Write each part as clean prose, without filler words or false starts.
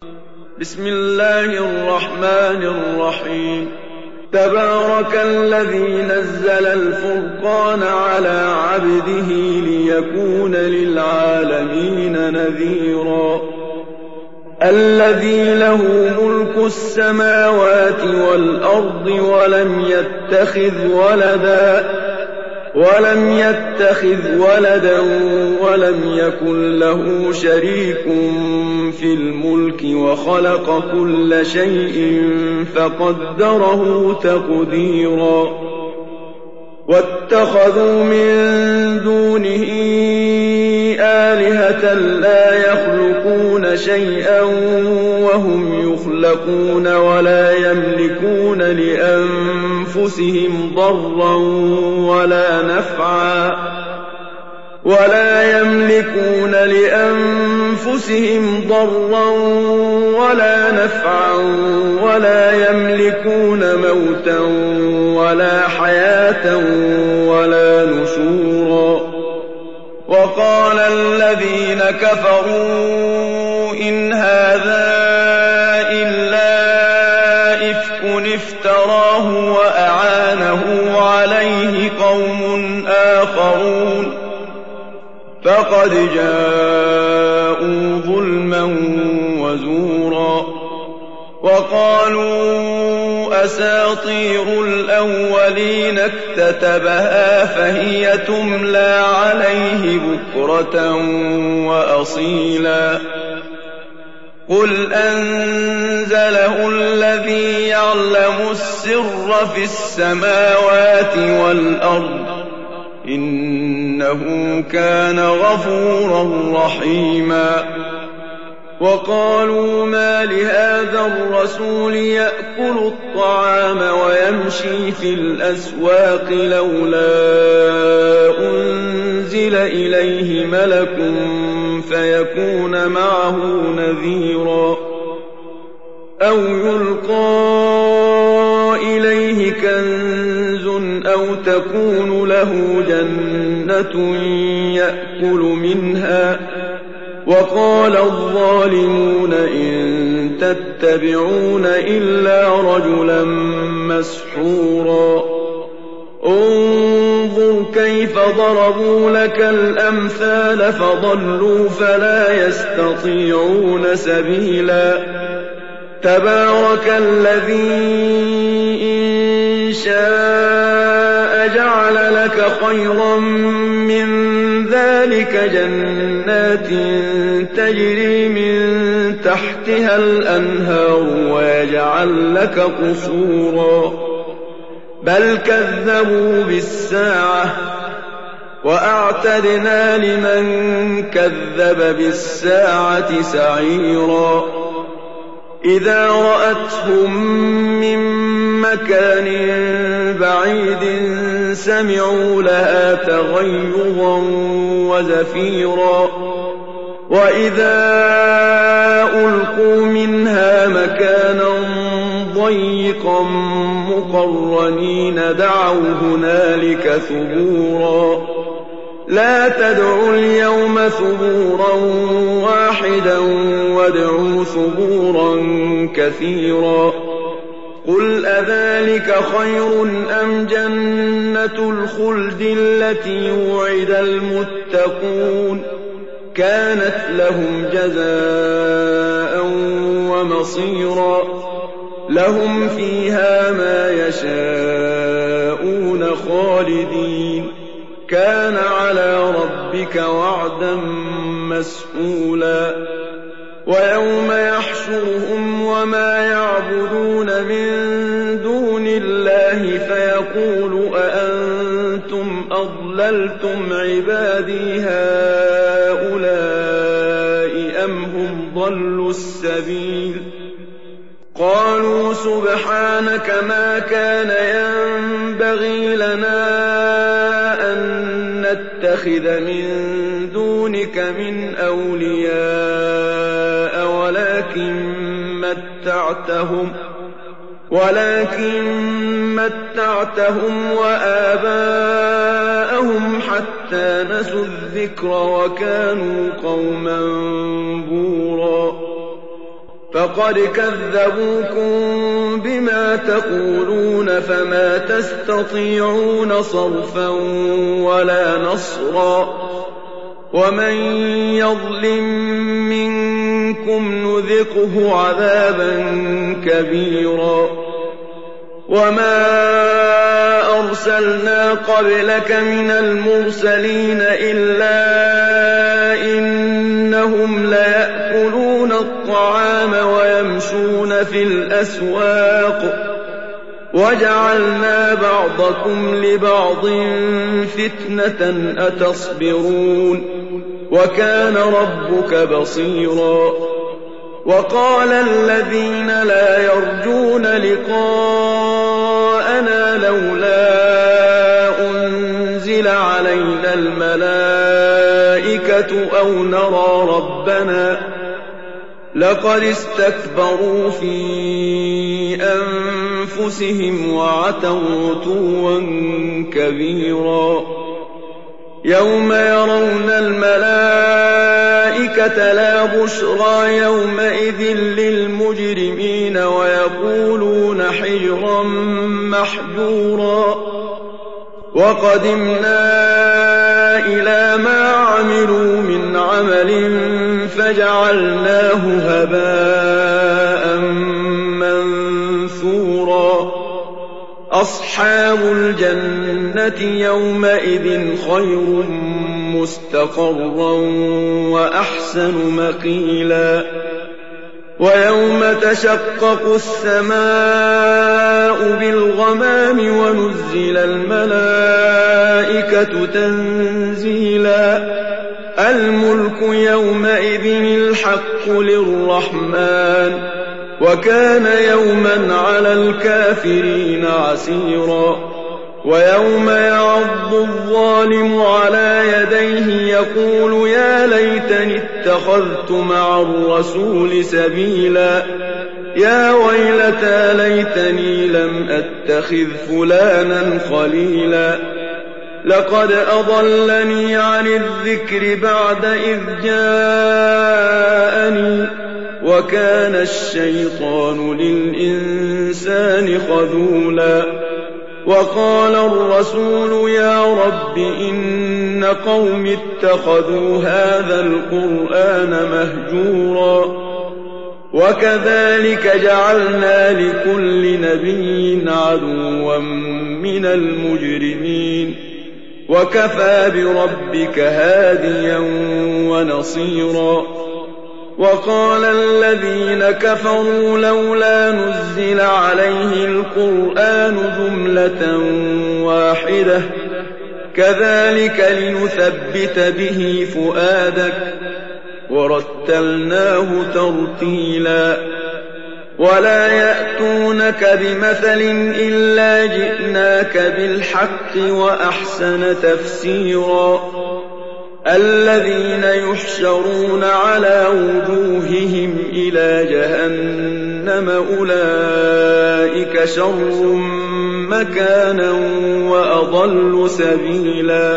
بسم الله الرحمن الرحيم تبارك الذي نزل الفرقان على عبده ليكون للعالمين نذيرا الذي له ملك السماوات والأرض ولم يتخذ ولدا ولم يكن له شريك في الملك وخلق كل شيء فقدره تقديرا واتخذوا من دونه آلهة لا يخلقون شيئا وهم يخلقون ولا يملكون لأنفسهم ضرا ولا نفعا ولا يملكون موتا ولا حياة ولا نشورا وقال الذين كفروا إن هذا إلا إفك افتراه وأعانه عليه قوم آخرون فقد جاءوا ظلما وزورا وقالوا أساطير الأولين اكتتبها فهي تملى عليه بكرة وأصيلا قل أنزله الذي يعلم السر في السماوات والأرض إنه كان غفورا رحيما وقالوا ما لهذا الرسول يأكل الطعام ويمشي في الأسواق لولا أنزل إليه ملك فيكون معه نذيرا أو يلقى إليه كنز أو تكون له جنة يأكل منها وقال الظالمون إن تتبعون إلا رجلا مسحورا انظر كيف ضربوا لك الأمثال فضلوا فلا يستطيعون سبيلا تبارك الذي إن شاء جعل لك خيرا من ذلك جنات تجري من تحتها الأنهار ويجعل لك قصورا بل كذبوا بالساعة وأعتدنا لمن كذب بالساعة سعيرا إذا رأتهم من مكان بعيد سمعوا لها تغيظا وزفيرا وإذا ألقوا منها مكانا ضيقا مقرنين دعوا هنالك ثبورا لا تدعوا اليوم ثبورا واحدا وادعوا ثبورا كثيرا قل أذلك خير أم جنة الخلد التي وعد المتقون كانت لهم جزاء ومصيرا لهم فيها ما يشاءون خالدين كان على ربك وعدا مسئولا ويوم يحشرهم وما يعبدون من دون الله فيقول أأنتم أضللتم عبادي هؤلاء أم هم ضلوا السبيل قالوا سبحانك ما كان ينبغي لنا أن نتخذ من دونك من أولياء ولكن متعتهم وآباءهم حتى نسوا الذكر وكانوا قوما بورا فقد كذبوكم بما تقولون فما تستطيعون صرفا ولا نصرا ومن يظلم منكم نذقه عذابا كبيرا وما أرسلنا قبلك من المرسلين إلا إنهم ليأكلون الطعام ويمشون في الأسواق وجعلنا بعضكم لبعض فتنة أتصبرون وكان ربك بصيرا وقال الذين لا يرجون لقاءنا لولا أنزل علينا الملائكة أو نرى ربنا لقد استكبروا في أنفسهم وعتوا عتوا كبيرا يوم يرون الملائكة لا بشرى يومئذ للمجرمين ويقولون حجرا محجورا وقدمنا إلى ما عملوا من عمل فجعلناه هباء منثورا أصحاب الجنة يومئذ خير مستقرا وأحسن مقيلا ويوم تشقق السماء بالغمام ونزل الملائكة تنزيلا الملك يومئذ الحق للرحمن وكان يوما على الكافرين عسيرا ويوم يعض الظالم على يديه يقول يا ليتني اتخذت مع الرسول سبيلا يا ويلتى ليتني لم أتخذ فلانا خليلا لقد أضلني عن الذكر بعد إذ جاءني وكان الشيطان للإنسان خذولا وقال الرسول يا رب إن قوم اتخذوا هذا القرآن مهجورا وكذلك جعلنا لكل نبي عدوا من المجرمين وكفى بربك هاديا ونصيرا وقال الذين كفروا لولا نزل عليه القرآن جملة واحدة كذلك لنثبت به فؤادك ورتلناه ترتيلا ولا يأتونك بمثل إلا جئناك بالحق وأحسن تفسيرا الذين يحشرون على وجوههم إلى جهنم أولئك شر مكانا وأضل سبيلا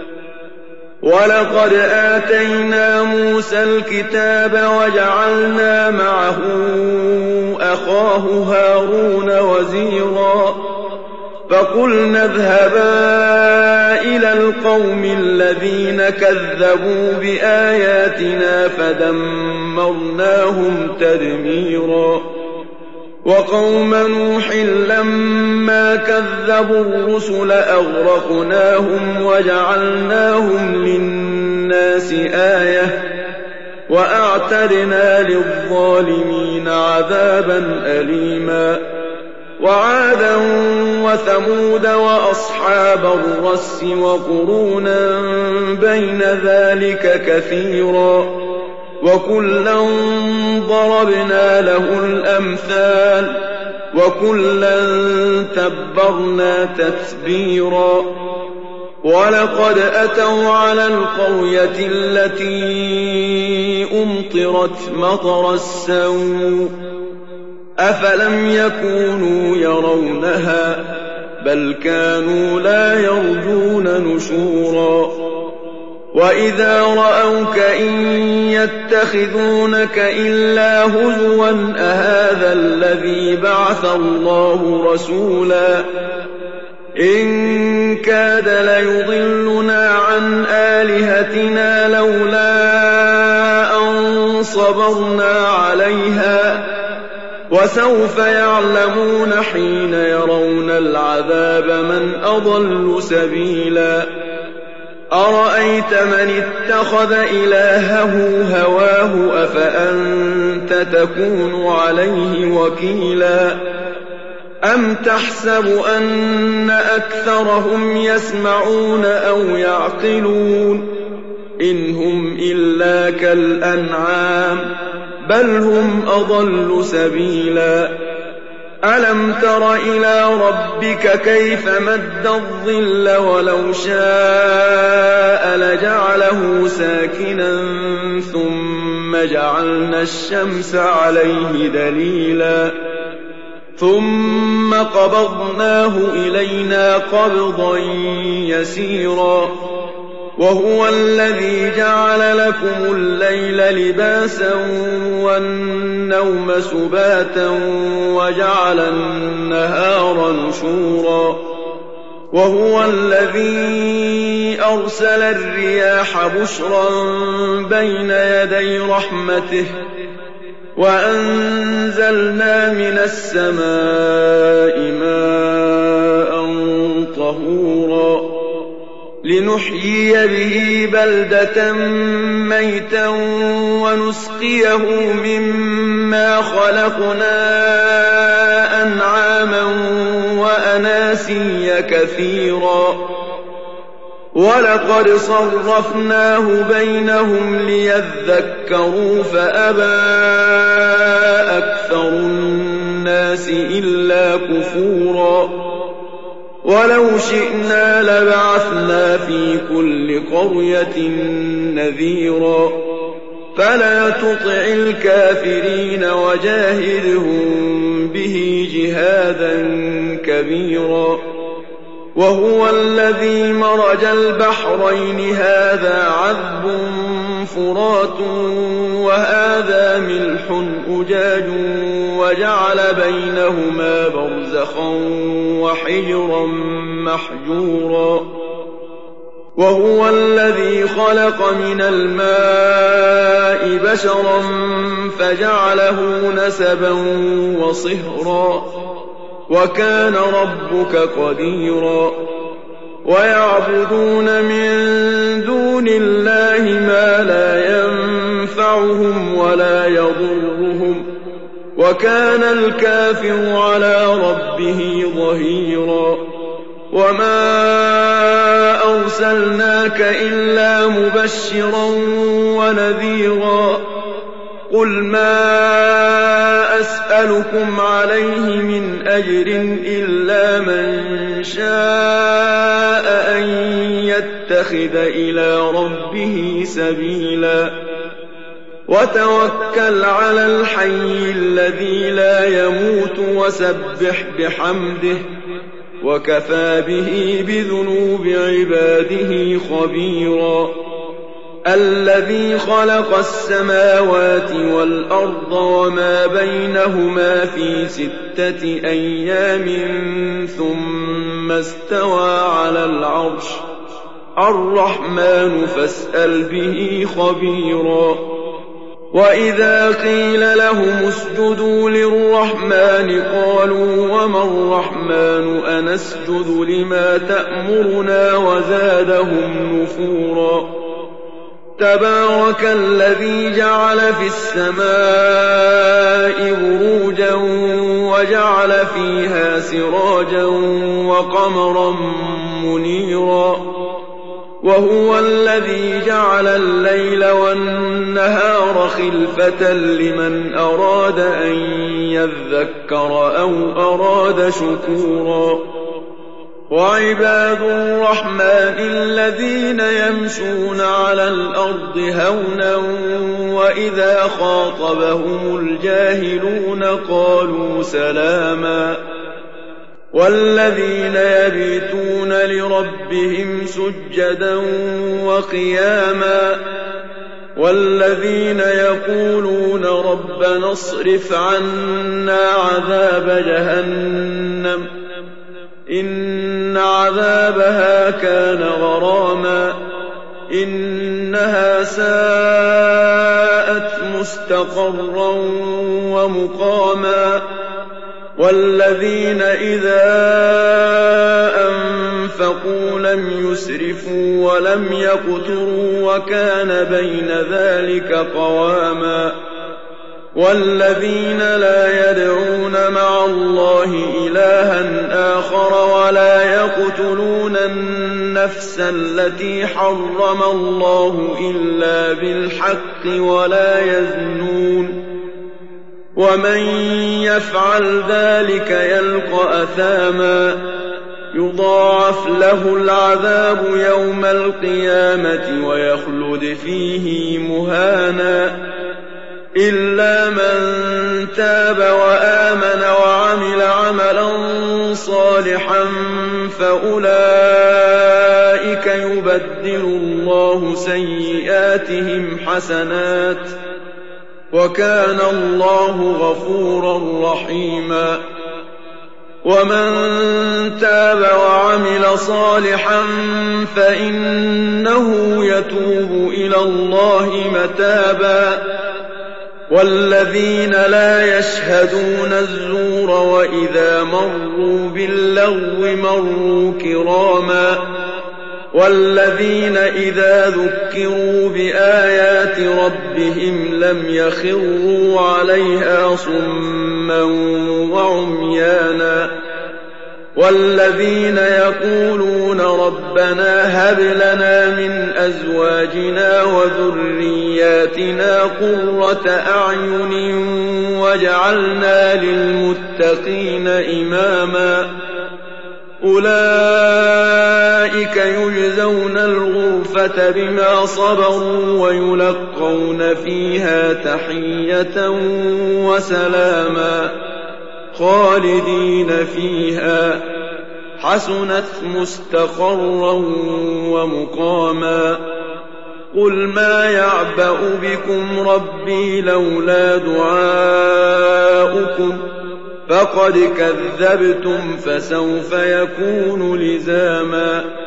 ولقد آتينا موسى الكتاب وجعلنا معه أخاه هارون وزيرا فقلنا اذهبا إلى القوم الذين كذبوا بآياتنا فدمرناهم تدميرا وقوم نوح لما كذبوا الرسل أغرقناهم وجعلناهم للناس آية وأعتدنا للظالمين عذابا أليما وعادا وثمود وأصحاب الرس وقرونا بين ذلك كثيرا وكلا ضربنا له الأمثال وكلا تبرنا تتبيرا ولقد أتوا على القرية التي أمطرت مطر السوء أفلم يكونوا يرونها بل كانوا لا يرجون نشورا وإذا رأوك إن يتخذونك إلا هزوا أهذا الذي بعث الله رسولا إن كاد ليضلنا عن آلهتنا لولا أن صبرنا عليها وسوف يعلمون حين يرون العذاب من أضل سبيلا أرأيت من اتخذ إلهه هواه أفأنت تكون عليه وكيلا أم تحسب أن أكثرهم يسمعون أو يعقلون إن هم إلا كالأنعام بل هم أضل سبيلا ألم تر إلى ربك كيف مد الظل ولو شاء لجعله ساكنا ثم جعلنا الشمس عليه دليلا ثم قبضناه إلينا قبضا يسيرا وهو الذي جعل لكم الليل لباسا والنوم سباتا وجعل النهار نشورا وهو الذي أرسل الرياح بشرا بين يدي رحمته وأنزلنا من السماء ماء طهورا لنحيي به بلدة ميتا ونسقيه مما خلقنا أنعاما وأناسيا كثيرا ولقد صرفناه بينهم ليذكروا فأبى أكثر الناس إلا كفورا ولو شئنا لبعثنا في كل قرية نذيرا فلا تطع الكافرين وجاهدهم به جهادا كبيرا وهو الذي مرج البحرين هذا عذب فرات وهذا ملح أجاج وجعل بينهما برزخا وحجرا محجورا وهو الذي خلق من الماء بشرا فجعله نسبا وصهرا وكان ربك قديرا ويعبدون من دون الله ما لا ينفعهم ولا يضرهم وكان الكافر على ربه ظهيرا وما أرسلناك إلا مبشرا ونذيرا قل ما أسألكم عليه من أجر إلا من شاء أن يتخذ إلى ربه سبيلا وتوكل على الحي الذي لا يموت وسبح بحمده وكفى به بذنوب عباده خبيرا الذي خلق السماوات والأرض وما بينهما في 6 أيام ثم استوى على العرش الرحمن فاسأل به خبيرا وإذا قيل لهم اسجدوا للرحمن قالوا وما الرحمن أنسجد لما تأمرنا وزادهم نفورا تبارك الذي جعل في السماء بروجا وجعل فيها سراجا وقمرا منيرا وهو الذي جعل الليل والنهار خلفة لمن أراد أن يذكر أو أراد شكورا وعباد الرحمن الذين يمشون على الأرض هونا وإذا خاطبهم الجاهلون قالوا سلاما والذين يبيتون لربهم سجدا وقياما والذين يقولون ربنا اصرف عنا عذاب جهنم إن عذابها كان غراما إنها ساءت مستقرا ومقاما والذين إذا أنفقوا لم يسرفوا ولم يقتروا وكان بين ذلك قواما والذين لا يدعون مع الله إلها آخر ولا يقتلون النفس التي حرم الله إلا بالحق ولا يزنون ومن يفعل ذلك يلقى أثاما يضاعف له العذاب يوم القيامة ويخلد فيه مهانا إلا من تاب وآمن وعمل عملا صالحا فأولئك يبدل الله سيئاتهم حسنات وكان الله غفورا رحيما ومن تاب وعمل صالحا فإنه يتوب إلى الله متابا والذين لا يشهدون الزور وإذا مروا باللغو مروا كراما والذين إذا ذكروا بآيات ربهم لم يخروا عليها صما وعميانا والذين يقولون ربنا هب لنا من أزواجنا وذرياتنا قرة أعين واجعلنا للمتقين إماما أولئك يجزون الغرفة بما صبروا ويلقون فيها تحية وسلاما خالدين فيها حسنت مستقرا ومقاما قل ما يعبأ بكم ربي لولا دعاؤكم فقد كذبتم فسوف يكون لزاما